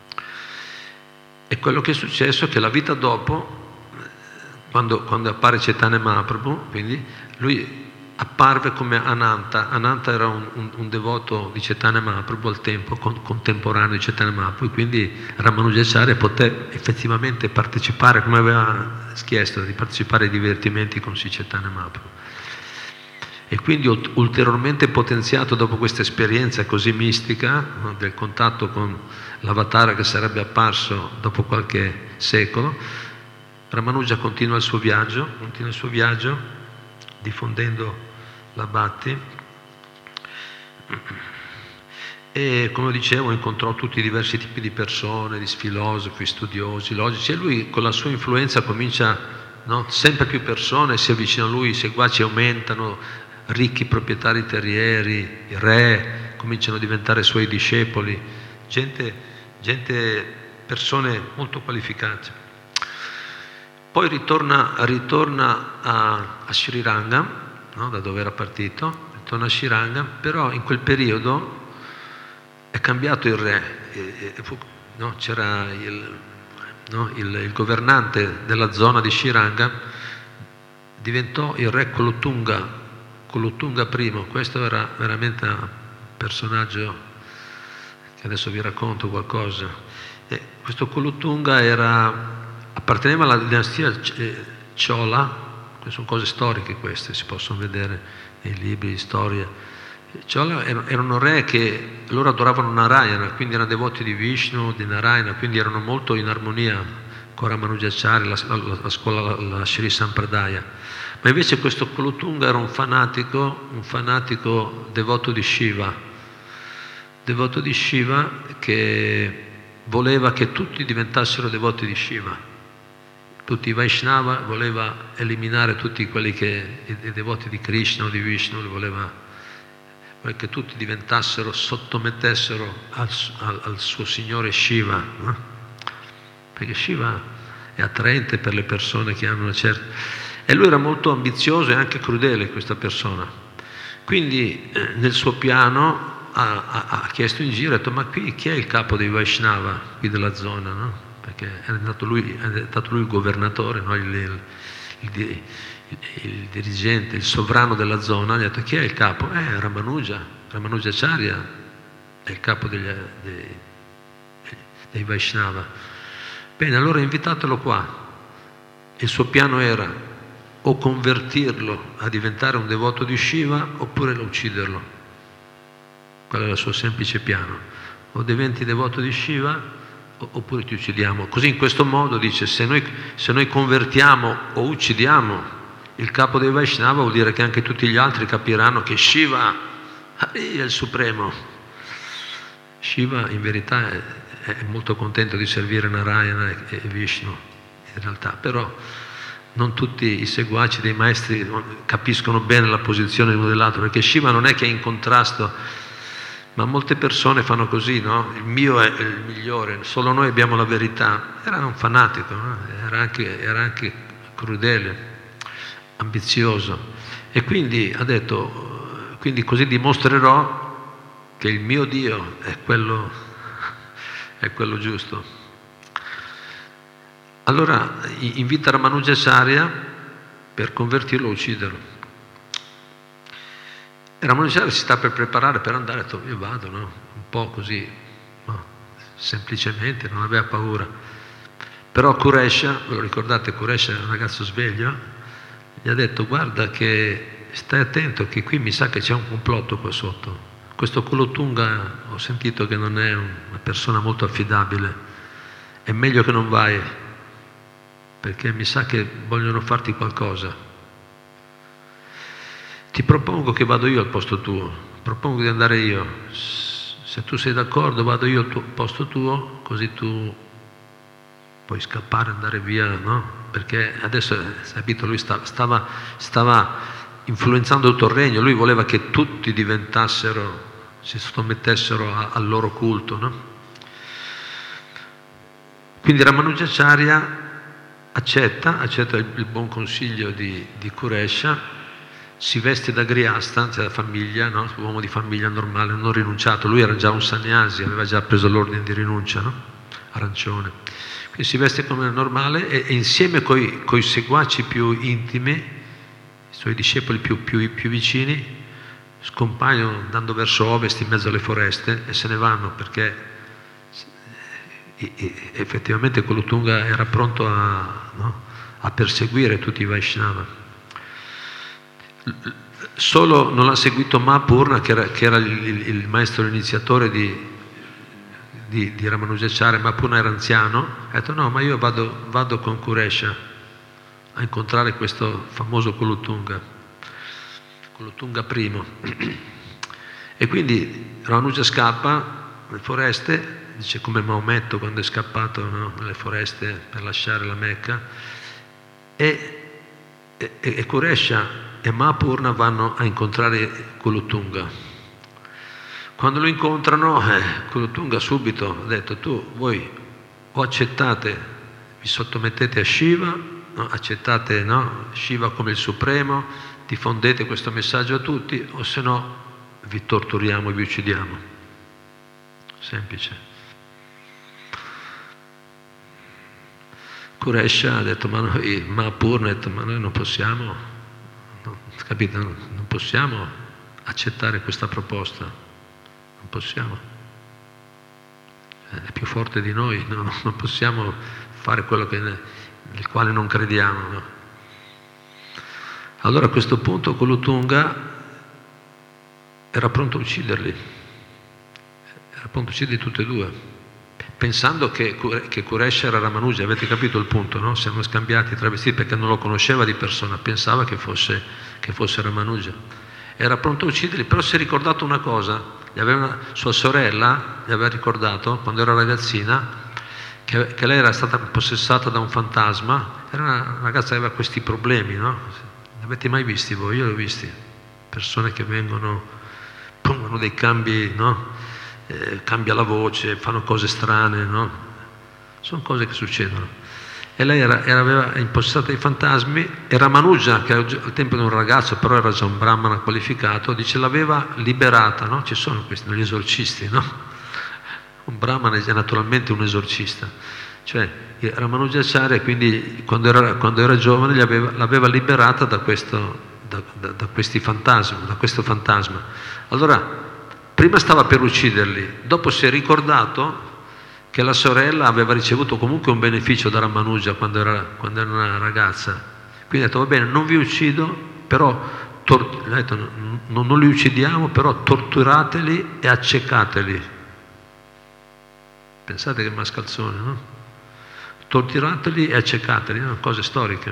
E quello che è successo è che la vita dopo, quando appare Chaitanya Mahaprabhu, quindi lui apparve come Ananta. Ananta era un devoto di Chaitanya Mahaprabhu al tempo, contemporaneo di Chaitanya Mahaprabhu, quindi Ramanujacharya poté effettivamente partecipare, come aveva chiesto, di partecipare ai divertimenti con Sri Chaitanya Mahaprabhu. E quindi ulteriormente potenziato dopo questa esperienza così mistica, no, del contatto con l'avatar che sarebbe apparso dopo qualche secolo, Ramanuja continua il suo viaggio diffondendo la Bhakti e, come dicevo, incontrò tutti i diversi tipi di persone, di filosofi, studiosi, logici, e lui con la sua influenza comincia, no, sempre più persone si avvicinano a lui, i seguaci aumentano, ricchi proprietari terrieri, re, cominciano a diventare suoi discepoli, persone molto qualificate. Poi ritorna a Sri Rangam, no, da dove era partito, ritorna a Sri Rangam, però in quel periodo è cambiato il re, no, c'era il governante della zona di Sri Rangam, diventò il re Kulotunga I. Questo era veramente un personaggio che adesso vi racconto qualcosa. E questo Kulotunga apparteneva alla dinastia Chola. Sono cose storiche queste, si possono vedere nei libri di storia. Chola erano re che loro adoravano Narayana, quindi erano devoti di Vishnu, di Narayana, quindi erano molto in armonia con Ramanujacharya, la scuola, la Sri Sampradaya. Ma invece questo Kolotunga era un fanatico devoto di Shiva che voleva che tutti diventassero devoti di Shiva. Tutti i Vaishnava, voleva eliminare tutti quelli i devoti di Krishna o di Vishnu, voleva che tutti diventassero, sottomettessero al suo signore Shiva, no? Perché Shiva è attraente per le persone che hanno una certa... E lui era molto ambizioso e anche crudele, questa persona. Quindi nel suo piano ha chiesto in giro, ha detto: ma qui chi è il capo dei Vaishnava qui della zona, no? Perché è stato lui il governatore, no? il dirigente, il sovrano della zona. Gli ha detto: chi è il capo? Ramanujacharya è il capo dei Vaishnava. Bene, allora invitatelo qua. Il suo piano era o convertirlo a diventare un devoto di Shiva oppure ucciderlo. Quello era il suo semplice piano: o diventi devoto di Shiva oppure ti uccidiamo. Così, in questo modo, dice, se noi convertiamo o uccidiamo il capo dei Vaishnava, vuol dire che anche tutti gli altri capiranno che Shiva è il supremo. Shiva in verità è molto contento di servire Narayana e Vishnu, in realtà, però non tutti i seguaci dei maestri capiscono bene la posizione l'uno dell'altro, perché Shiva non è che è in contrasto. Ma molte persone fanno così, no? Il mio è il migliore, solo noi abbiamo la verità. Era un fanatico, no? Era anche crudele, ambizioso. E quindi ha detto: quindi così dimostrerò che il mio Dio è quello giusto. Allora invita Ramanujacharya per convertirlo o ucciderlo. Ramanujacharya si sta per preparare per andare, ha detto: io vado, no? Un po' così, no? Semplicemente, non aveva paura. Però Kuresha, ve lo ricordate, Kuresha è un ragazzo sveglio, gli ha detto: guarda che stai attento, che qui mi sa che c'è un complotto qua sotto. Questo Kolotunga ho sentito che non è una persona molto affidabile, è meglio che non vai, perché mi sa che vogliono farti qualcosa. Ti propongo che vado io al posto tuo, propongo di andare io. Se tu sei d'accordo, vado io al posto tuo, così tu puoi scappare, andare via, no? Perché adesso, capito, lui stava influenzando tutto il regno, lui voleva che tutti si sottomettessero al loro culto, no? Quindi Ramanujacharya accetta il buon consiglio di Kuresha. Si veste da Grihastha, cioè da famiglia, no? Uomo di famiglia normale, non rinunciato. Lui era già un sannyasi, aveva già preso l'ordine di rinuncia, no? Arancione. Quindi si veste come normale e insieme coi seguaci più intimi, i suoi discepoli più vicini, scompaiono andando verso ovest in mezzo alle foreste e se ne vanno, perché effettivamente Kolotunga era pronto a perseguire tutti i Vaishnava. Solo non l'ha seguito Mahapurna, che era il maestro iniziatore di Ramanujacharya. Mahapurna era anziano, ha detto: no, ma io vado con Kuresha a incontrare questo famoso Kolotunga I. E quindi Ramanuja scappa nelle foreste, dice come Maometto quando è scappato, no? Nelle foreste per lasciare la Mecca, e Kuresha e Mahapurna vanno a incontrare Kolotunga. Quando lo incontrano, Kolotunga subito ha detto: voi o accettate, vi sottomettete a Shiva, no? Accettate, no? Shiva come il supremo, diffondete questo messaggio a tutti, o se no vi torturiamo e vi uccidiamo. Semplice. Kuresha ha detto: Mahapurna ha detto: ma noi non possiamo, capito? Non possiamo accettare questa proposta, non possiamo, è più forte di noi, non possiamo fare quello che nel quale non crediamo, no? Allora a questo punto Kulatunga era pronto a ucciderli, era pronto a ucciderli tutti e due, pensando che Qureshi era Ramanuja. Avete capito il punto, no? Siamo scambiati travestiti, perché non lo conosceva di persona, pensava che fosse Ramanuja. Era pronto a ucciderli, però si è ricordato una cosa, sua sorella gli aveva ricordato, quando era ragazzina, che lei era stata possessata da un fantasma. Era una ragazza che aveva questi problemi, no? Li avete mai visti voi? Io li ho visti, persone che pongono dei cambi, no? Cambia la voce, fanno cose strane, no? Sono cose che succedono. E lei aveva impossessata dei fantasmi, e Ramanuja, che al tempo di un ragazzo, però era già un brahmana qualificato, dice l'aveva liberata, no? Ci sono questi, gli esorcisti, no? Un brahmana è naturalmente un esorcista. Cioè Ramanujacharya, quindi quando era giovane, l'aveva liberata da questo fantasma. Allora, prima stava per ucciderli, dopo si è ricordato che la sorella aveva ricevuto comunque un beneficio da Ramanuja quando era una ragazza. Quindi ha detto: va bene, non vi uccido, però non li uccidiamo, però torturateli e accecateli. Pensate che mascalzone, no? Torturateli e accecateli, no? Cose storiche.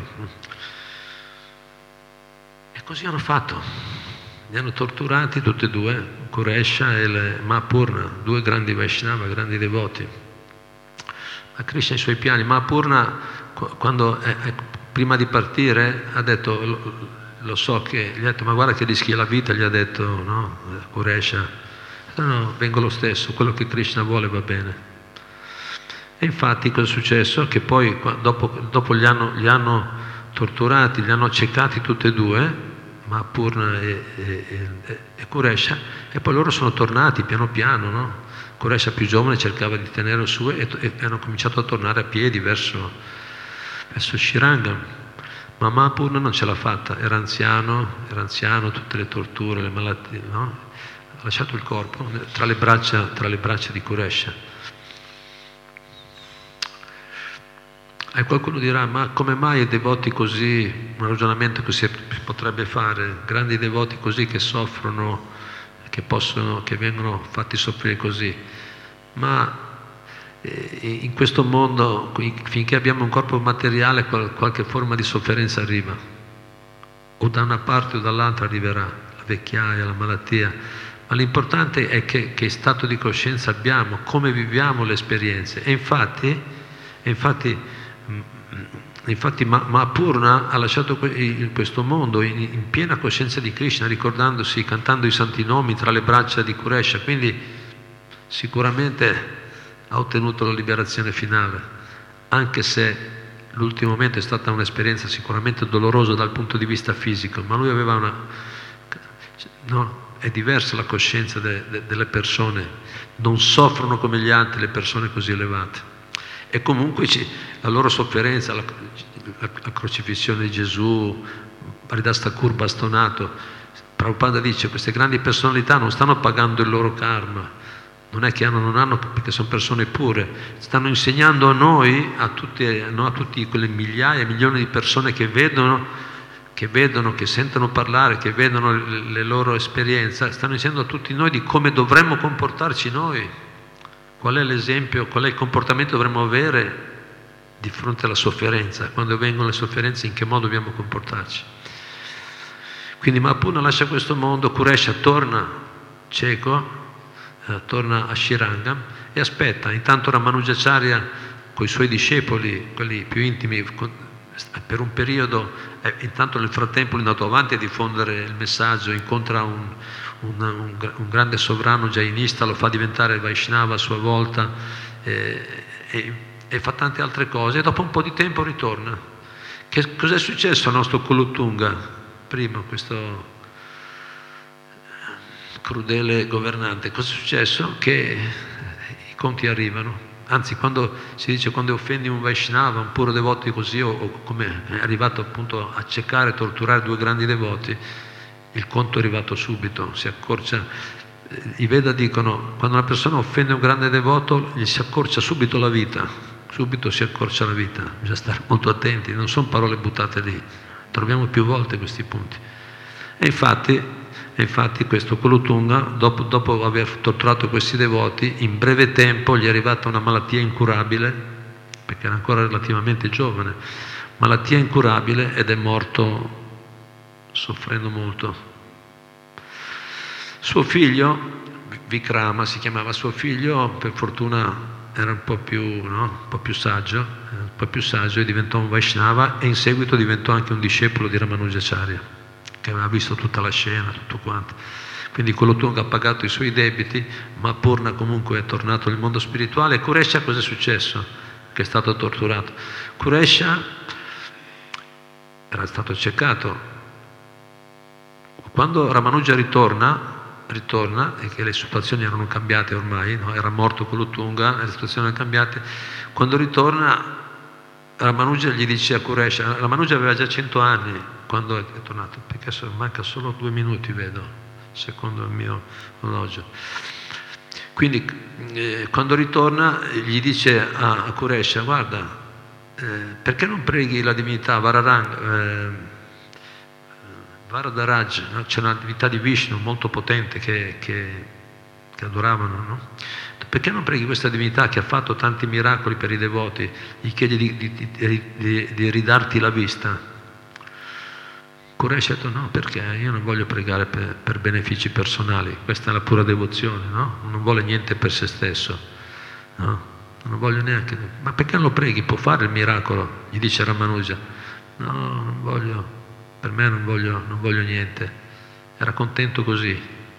E così hanno fatto. Li hanno torturati tutti e due, Quresha e Mahapurna, due grandi Vaishnava, grandi devoti. Ma Krishna ha i suoi piani. Mahapurna, quando prima di partire, ha detto: lo so che, gli ha detto, ma guarda che rischi la vita, gli ha detto, no? Quresha. No, vengo lo stesso, quello che Krishna vuole va bene. E infatti cosa è successo? Che poi dopo li hanno torturati, li hanno accecati tutti e due, Mahapurna e Quresha, e poi loro sono tornati piano piano, no? Quresha più giovane cercava di tenere su, e hanno cominciato a tornare a piedi verso Srirangam. Ma Mahapurna non ce l'ha fatta, era anziano, tutte le torture, le malattie, no? Ha lasciato il corpo tra le braccia di Quresha. E qualcuno dirà: ma come mai i devoti così, un ragionamento che si potrebbe fare, grandi devoti così che soffrono, che vengono fatti soffrire così? Ma in questo mondo, finché abbiamo un corpo materiale, qualche forma di sofferenza arriva, o da una parte o dall'altra arriverà, la vecchiaia, la malattia, ma l'importante è che stato di coscienza abbiamo, come viviamo le esperienze. E infatti Mahapurna ha lasciato questo mondo in piena coscienza di Krishna, ricordandosi, cantando i santi nomi tra le braccia di Quresha, quindi sicuramente ha ottenuto la liberazione finale, anche se l'ultimo momento è stata un'esperienza sicuramente dolorosa dal punto di vista fisico, ma lui aveva è diversa la coscienza delle persone, non soffrono come gli altri le persone così elevate. E comunque la loro sofferenza, la crocifissione di Gesù, Haridas Thakur bastonato, Prabhupada dice: queste grandi personalità non stanno pagando il loro karma, non è che non hanno, perché sono persone pure, stanno insegnando a noi, a tutti quelle migliaia e milioni di persone che vedono, che sentono parlare, che vedono le loro esperienze, stanno insegnando a tutti noi di come dovremmo comportarci noi. Qual è l'esempio, qual è il comportamento che dovremmo avere di fronte alla sofferenza? Quando vengono le sofferenze, in che modo dobbiamo comportarci? Quindi Mahapurna lascia questo mondo, Quresha torna cieco, torna a Srirangam e aspetta. Intanto Ramanujacharya con i suoi discepoli, quelli più intimi, per un periodo, intanto nel frattempo lui è andato avanti a diffondere il messaggio, incontra un grande sovrano jainista, lo fa diventare Vaishnava a sua volta, e fa tante altre cose, e dopo un po' di tempo ritorna. Cos'è successo al nostro Kulatunga? Prima, questo crudele governante, cosa è successo? Che i conti arrivano. Anzi, quando si dice, quando offendi un Vaishnava, un puro devoto così, o come è arrivato appunto a accecare e torturare due grandi devoti, il conto è arrivato subito, si accorcia. I Veda dicono: quando una persona offende un grande devoto, gli si accorcia subito la vita, subito si accorcia la vita, bisogna stare molto attenti, non sono parole buttate lì, troviamo più volte questi punti. E infatti questo Kolothunga, dopo aver torturato questi devoti, in breve tempo gli è arrivata una malattia incurabile, perché era ancora relativamente giovane, malattia incurabile, ed è morto soffrendo molto. Suo figlio, Vikrama si chiamava suo figlio, per fortuna era un po' più saggio e diventò un Vaishnava, e in seguito diventò anche un discepolo di Ramanujacharya, che aveva visto tutta la scena, tutto quanto. Quindi Kolothunga ha pagato i suoi debiti, ma Purna comunque è tornato nel mondo spirituale. E Kuresha cosa è successo? Che è stato torturato. Kuresha era stato accecato. Quando Ramanuja ritorna e che le situazioni erano cambiate ormai, no? Era morto Kolothunga, le situazioni erano cambiate. Quando ritorna, Ramanuja gli dice a Kuresha, Ramanuja aveva già 100 anni quando è tornato, perché manca solo 2 minuti, vedo, secondo il mio orologio. Quindi quando ritorna gli dice a Kuresha, guarda, perché non preghi la divinità Varadaraj, no? C'è una divinità di Vishnu molto potente che adoravano, no? Perché non preghi questa divinità che ha fatto tanti miracoli per i devoti, gli chiedi di ridarti la vista? Kuresha ha detto no, perché io non voglio pregare per benefici personali, questa è la pura devozione, no? Non vuole niente per se stesso, no? Non voglio neanche, ma perché non lo preghi? Può fare il miracolo, gli dice Ramanuja. No, non voglio. Per me non voglio niente, era contento così.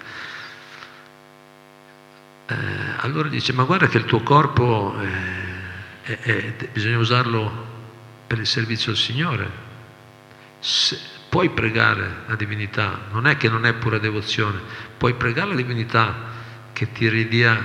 Allora dice, ma guarda che il tuo corpo bisogna usarlo per il servizio al Signore. Puoi pregare la divinità, non è che non è pura devozione, puoi pregare la divinità che ti ridia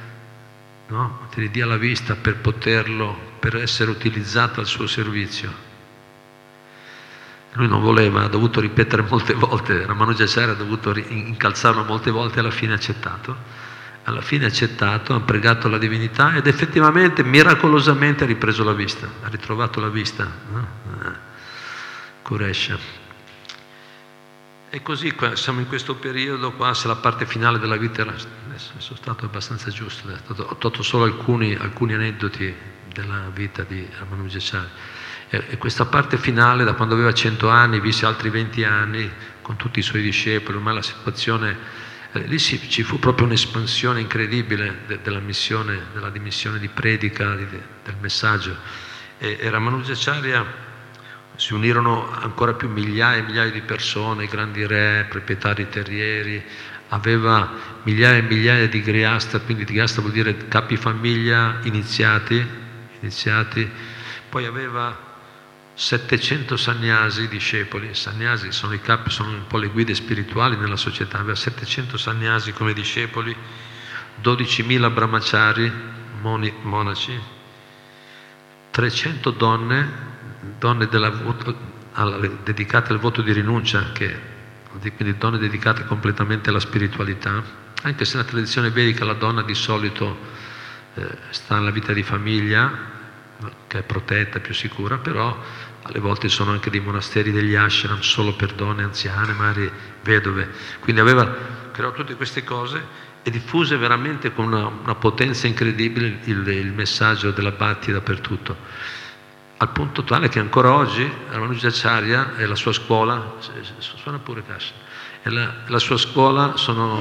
la vista per essere utilizzata al suo servizio. Lui non voleva, ha dovuto ripetere molte volte, Ramanujacharya ha dovuto incalzarlo molte volte, alla fine ha accettato, ha pregato la divinità ed effettivamente, miracolosamente ha ripreso la vista, ha ritrovato la vista, no? Kuresha. E così siamo in questo periodo qua, se la parte finale della vita adesso sono stato abbastanza giusto, ho tolto solo alcuni aneddoti della vita di Ramanujacharya. E questa parte finale, da quando aveva 100 anni, visse altri 20 anni con tutti i suoi discepoli, ormai la situazione, lì ci fu proprio un'espansione incredibile della dimissione di predica, del messaggio. E Ramanujacharya si unirono ancora più migliaia e migliaia di persone, grandi re, proprietari terrieri, aveva migliaia e migliaia di grihasta, quindi grihasta vuol dire capifamiglia iniziati, poi aveva 700 sannyasi, discepoli. Sannyasi sono i capi, sono un po' le guide spirituali nella società. Aveva 700 sannyasi come discepoli, 12.000 brahmachari, monaci, 300 donne dedicate al voto di rinuncia, quindi donne dedicate completamente alla spiritualità, anche se nella tradizione vedica la donna di solito sta nella vita di famiglia, che è protetta, più sicura, però alle volte sono anche dei monasteri, degli ashram solo per donne anziane, magari vedove. Quindi aveva creato tutte queste cose e diffuse veramente con una potenza incredibile il messaggio della Bhakti dappertutto, al punto tale che ancora oggi Ramanujacharya e la sua scuola, suona pure Kasha, e la sua scuola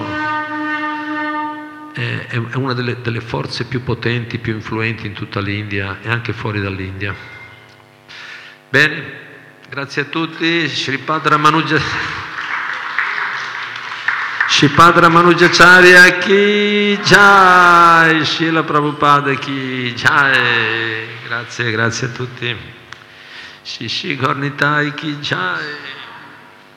è una delle forze più potenti, più influenti in tutta l'India e anche fuori dall'India. Bene, grazie a tutti. Shripad Ramanujacharya ki jai, Srila Prabhupada ki jai. Grazie a tutti. Shishi Gornitai ki jai.